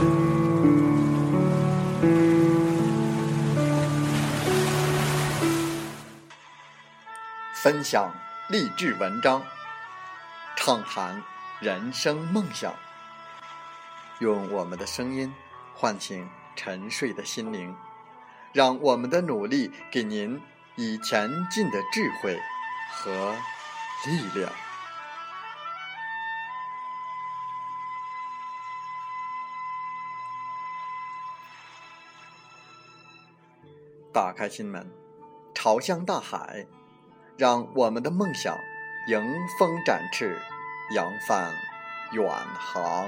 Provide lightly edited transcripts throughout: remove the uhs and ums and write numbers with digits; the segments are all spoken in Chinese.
分享励志文章，畅谈人生梦想，用我们的声音唤醒沉睡的心灵，让我们的努力给您以前进的智慧和力量。打开心门，朝向大海，让我们的梦想迎风展翅，扬帆远航。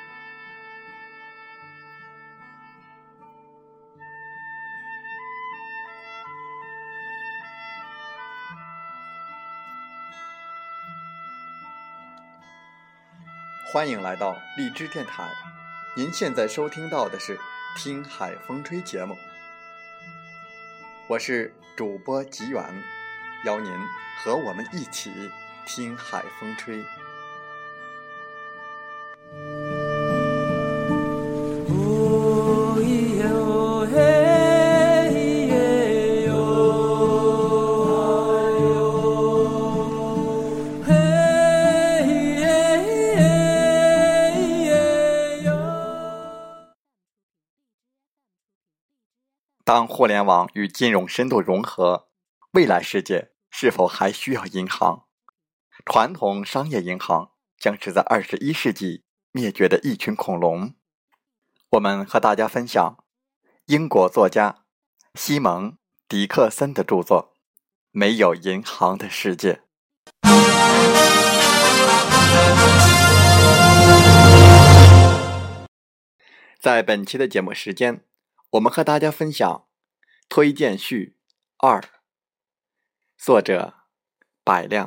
欢迎来到荔枝电台，您现在收听到的是听海风吹节目，我是主播吉远，邀您和我们一起听海风吹。当互联网与金融深度融合，未来世界是否还需要银行？传统商业银行将是在21世纪灭绝的一群恐龙。我们和大家分享英国作家西蒙·迪克森的著作《没有银行的世界》。在本期的节目时间，我们和大家分享推荐序2，作者百亮。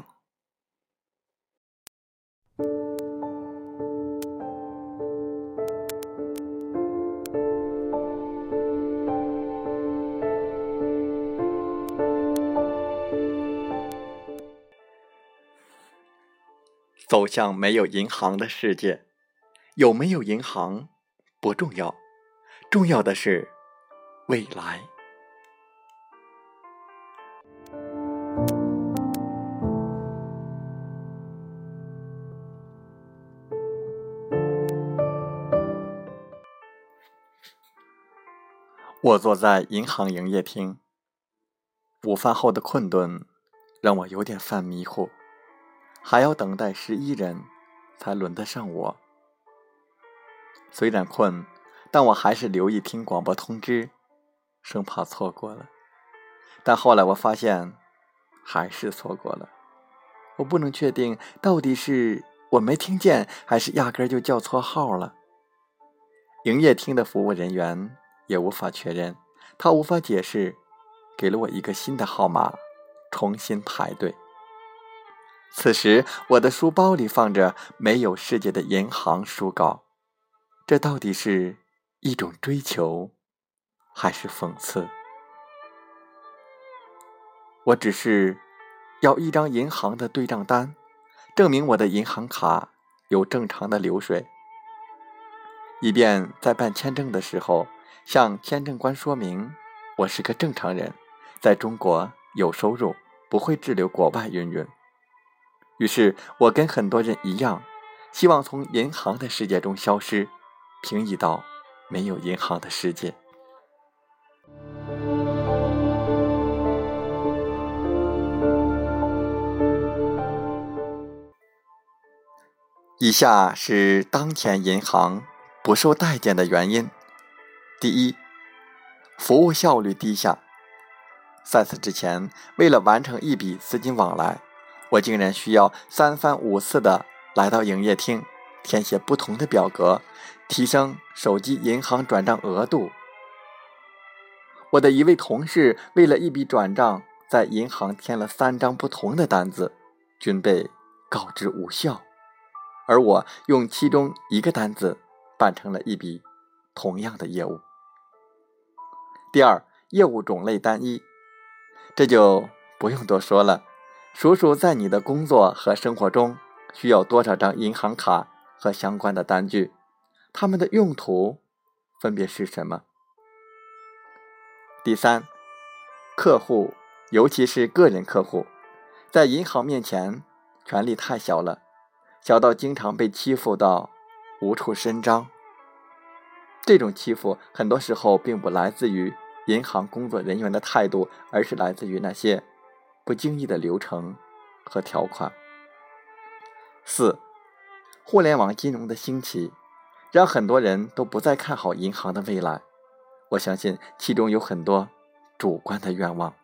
走向没有银行的世界，有没有银行不重要，重要的是未来。我坐在银行营业厅，午饭后的困顿让我有点犯迷糊，还要等待11人才轮得上我。虽然困，但我还是留意听广播通知，生怕错过了。但后来我发现还是错过了。我不能确定到底是我没听见，还是压根就叫错号了。营业厅的服务人员也无法确认，他无法解释，给了我一个新的号码，重新排队。此时我的书包里放着没有世界的银行书稿，这到底是一种追求还是讽刺？我只是要一张银行的对账单，证明我的银行卡有正常的流水，以便在办签证的时候向签证官说明我是个正常人，在中国有收入，不会滞留国外云云。于是我跟很多人一样，希望从银行的世界中消失，平移到没有银行的世界。以下是当前银行不受待见的原因。第一，服务效率低下。在此之前，为了完成一笔资金往来，我竟然需要3番5次的来到营业厅，填写不同的表格，提升手机银行转账额度。我的一位同事为了一笔转账，在银行填了3张不同的单子，均被告知无效，而我用其中一个单子办成了一笔同样的业务。第二，业务种类单一，这就不用多说了。叔叔在你的工作和生活中需要多少张银行卡和相关的单据，它们的用途分别是什么？第三，客户，尤其是个人客户，在银行面前权力太小了，小到经常被欺负到无处伸张。这种欺负很多时候并不来自于银行工作人员的态度，而是来自于那些不经意的流程和条款。四，互联网金融的兴起，让很多人都不再看好银行的未来。我相信其中有很多主观的愿望。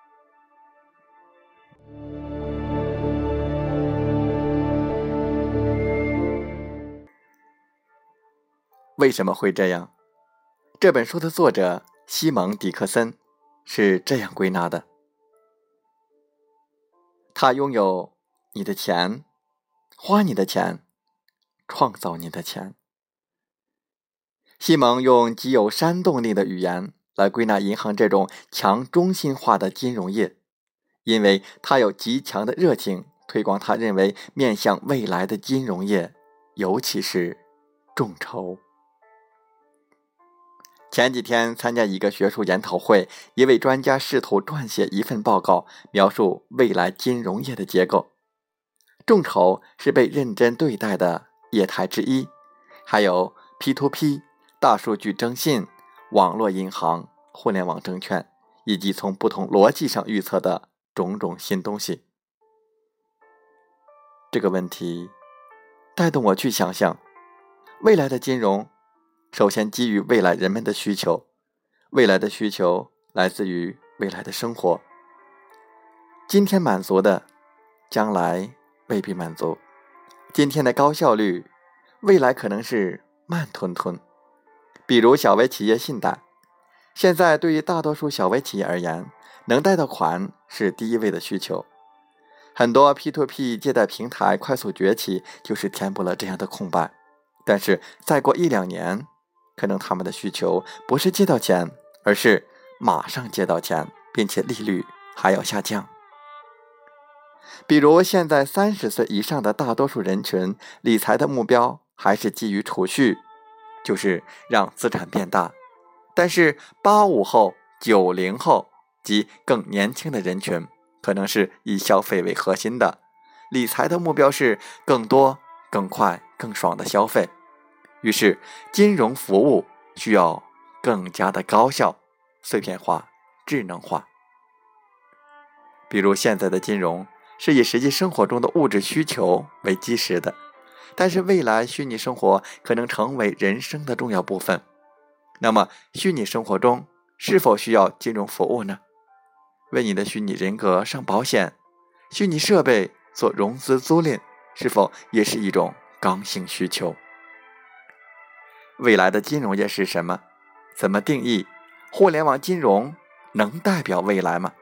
为什么会这样？这本书的作者西蒙·迪克森是这样归纳的：他拥有你的钱，花你的钱，创造你的钱。西蒙用极有煽动力的语言来归纳银行这种强中心化的金融业，因为他有极强的热情推广他认为面向未来的金融业，尤其是众筹。前几天参加一个学术研讨会，一位专家试图撰写一份报告，描述未来金融业的结构。众筹是被认真对待的业态之一，还有 P2P、大数据征信、网络银行、互联网证券，以及从不同逻辑上预测的种种新东西。这个问题带动我去想象，未来的金融首先基于未来人们的需求，未来的需求来自于未来的生活。今天满足的，将来未必满足。今天的高效率，未来可能是慢吞吞。比如小微企业信贷，现在对于大多数小微企业而言，能贷到款是第一位的需求。很多 P2P 借贷平台快速崛起，就是填补了这样的空白。但是再过1-2年，可能他们的需求不是借到钱，而是马上借到钱，并且利率还要下降。比如现在30岁以上的大多数人群，理财的目标还是基于储蓄，就是让资产变大。但是85后、90后及更年轻的人群，可能是以消费为核心的，理财的目标是更多、更快、更爽的消费。于是金融服务需要更加的高效、碎片化、智能化。比如现在的金融是以实际生活中的物质需求为基石的，但是未来虚拟生活可能成为人生的重要部分。那么虚拟生活中是否需要金融服务呢？为你的虚拟人格上保险，虚拟设备做融资租赁，是否也是一种刚性需求？未来的金融业是什么？怎么定义？互联网金融能代表未来吗？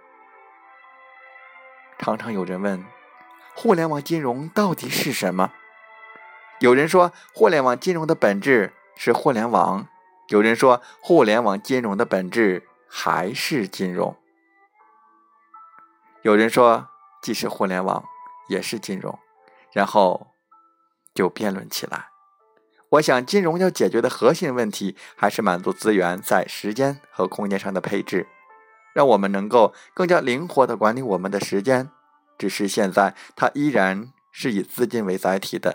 常常有人问，互联网金融到底是什么？有人说，互联网金融的本质是互联网；有人说，互联网金融的本质还是金融；有人说，既是互联网，也是金融，然后就辩论起来。我想金融要解决的核心问题还是满足资源在时间和空间上的配置，让我们能够更加灵活地管理我们的时间，只是现在它依然是以资金为载体的。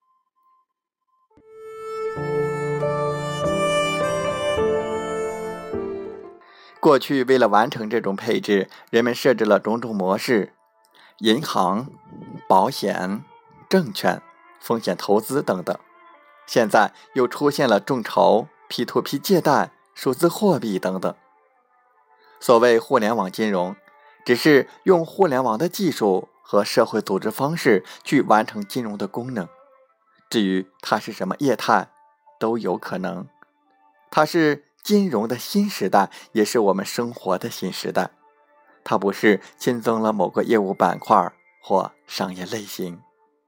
过去为了完成这种配置，人们设置了种种模式，银行、保险、证券、风险投资等等。现在又出现了众筹、P2P 借贷、数字货币等等。所谓互联网金融，只是用互联网的技术和社会组织方式去完成金融的功能。至于它是什么业态，都有可能。它是金融的新时代，也是我们生活的新时代。它不是新增了某个业务板块或商业类型。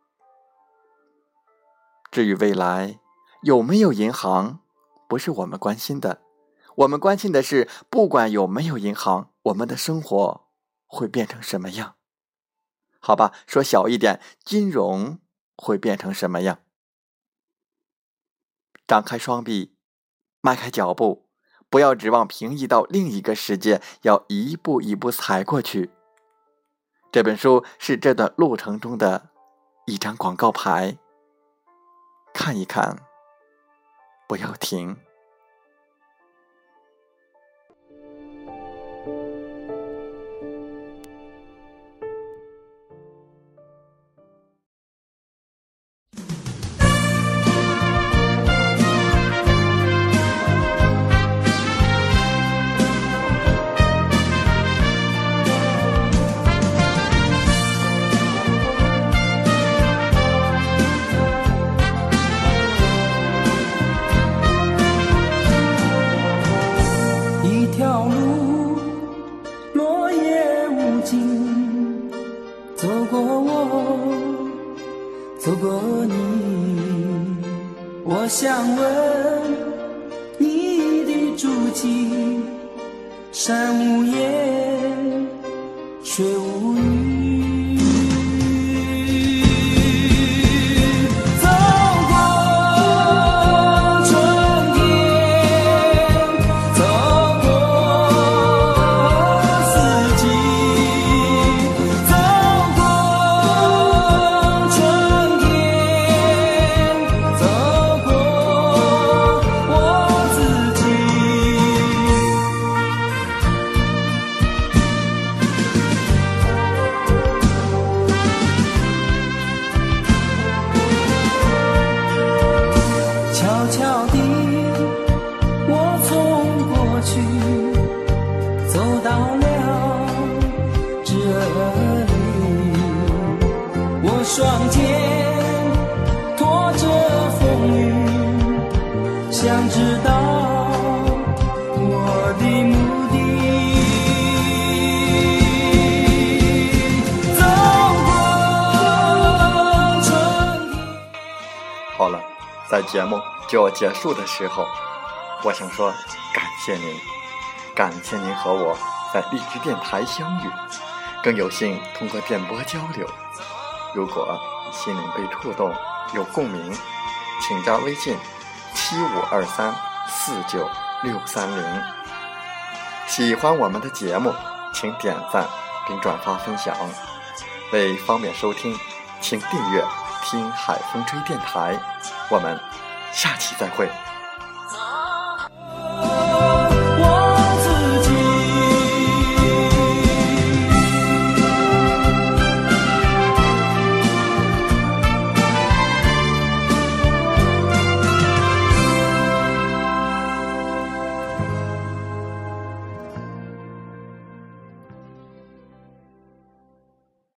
至于未来有没有银行，不是我们关心的，我们关心的是，不管有没有银行，我们的生活会变成什么样？好吧，说小一点，金融会变成什么样？张开双臂， 迈开脚步，不要指望平移到另一个世界，要一步一步踩过去。这本书是这段路程中的一张广告牌，看一看，不要停。 走过你，我想问你的足迹，山无言，水无语。走过春天，走过四季，走过春天，走过我自己。悄悄地，我从过去走到了这里，我双肩拖着风雨，想知道我的目的。走过春天。 好了，在节目就要结束的时候，我想说感谢您，感谢您和我在荔枝电台相遇，更有幸通过电波交流。如果心灵被触动，有共鸣，请加微信7523496630。喜欢我们的节目，请点赞并转发分享。为方便收听，请订阅听海风吹电台。我们下期再会。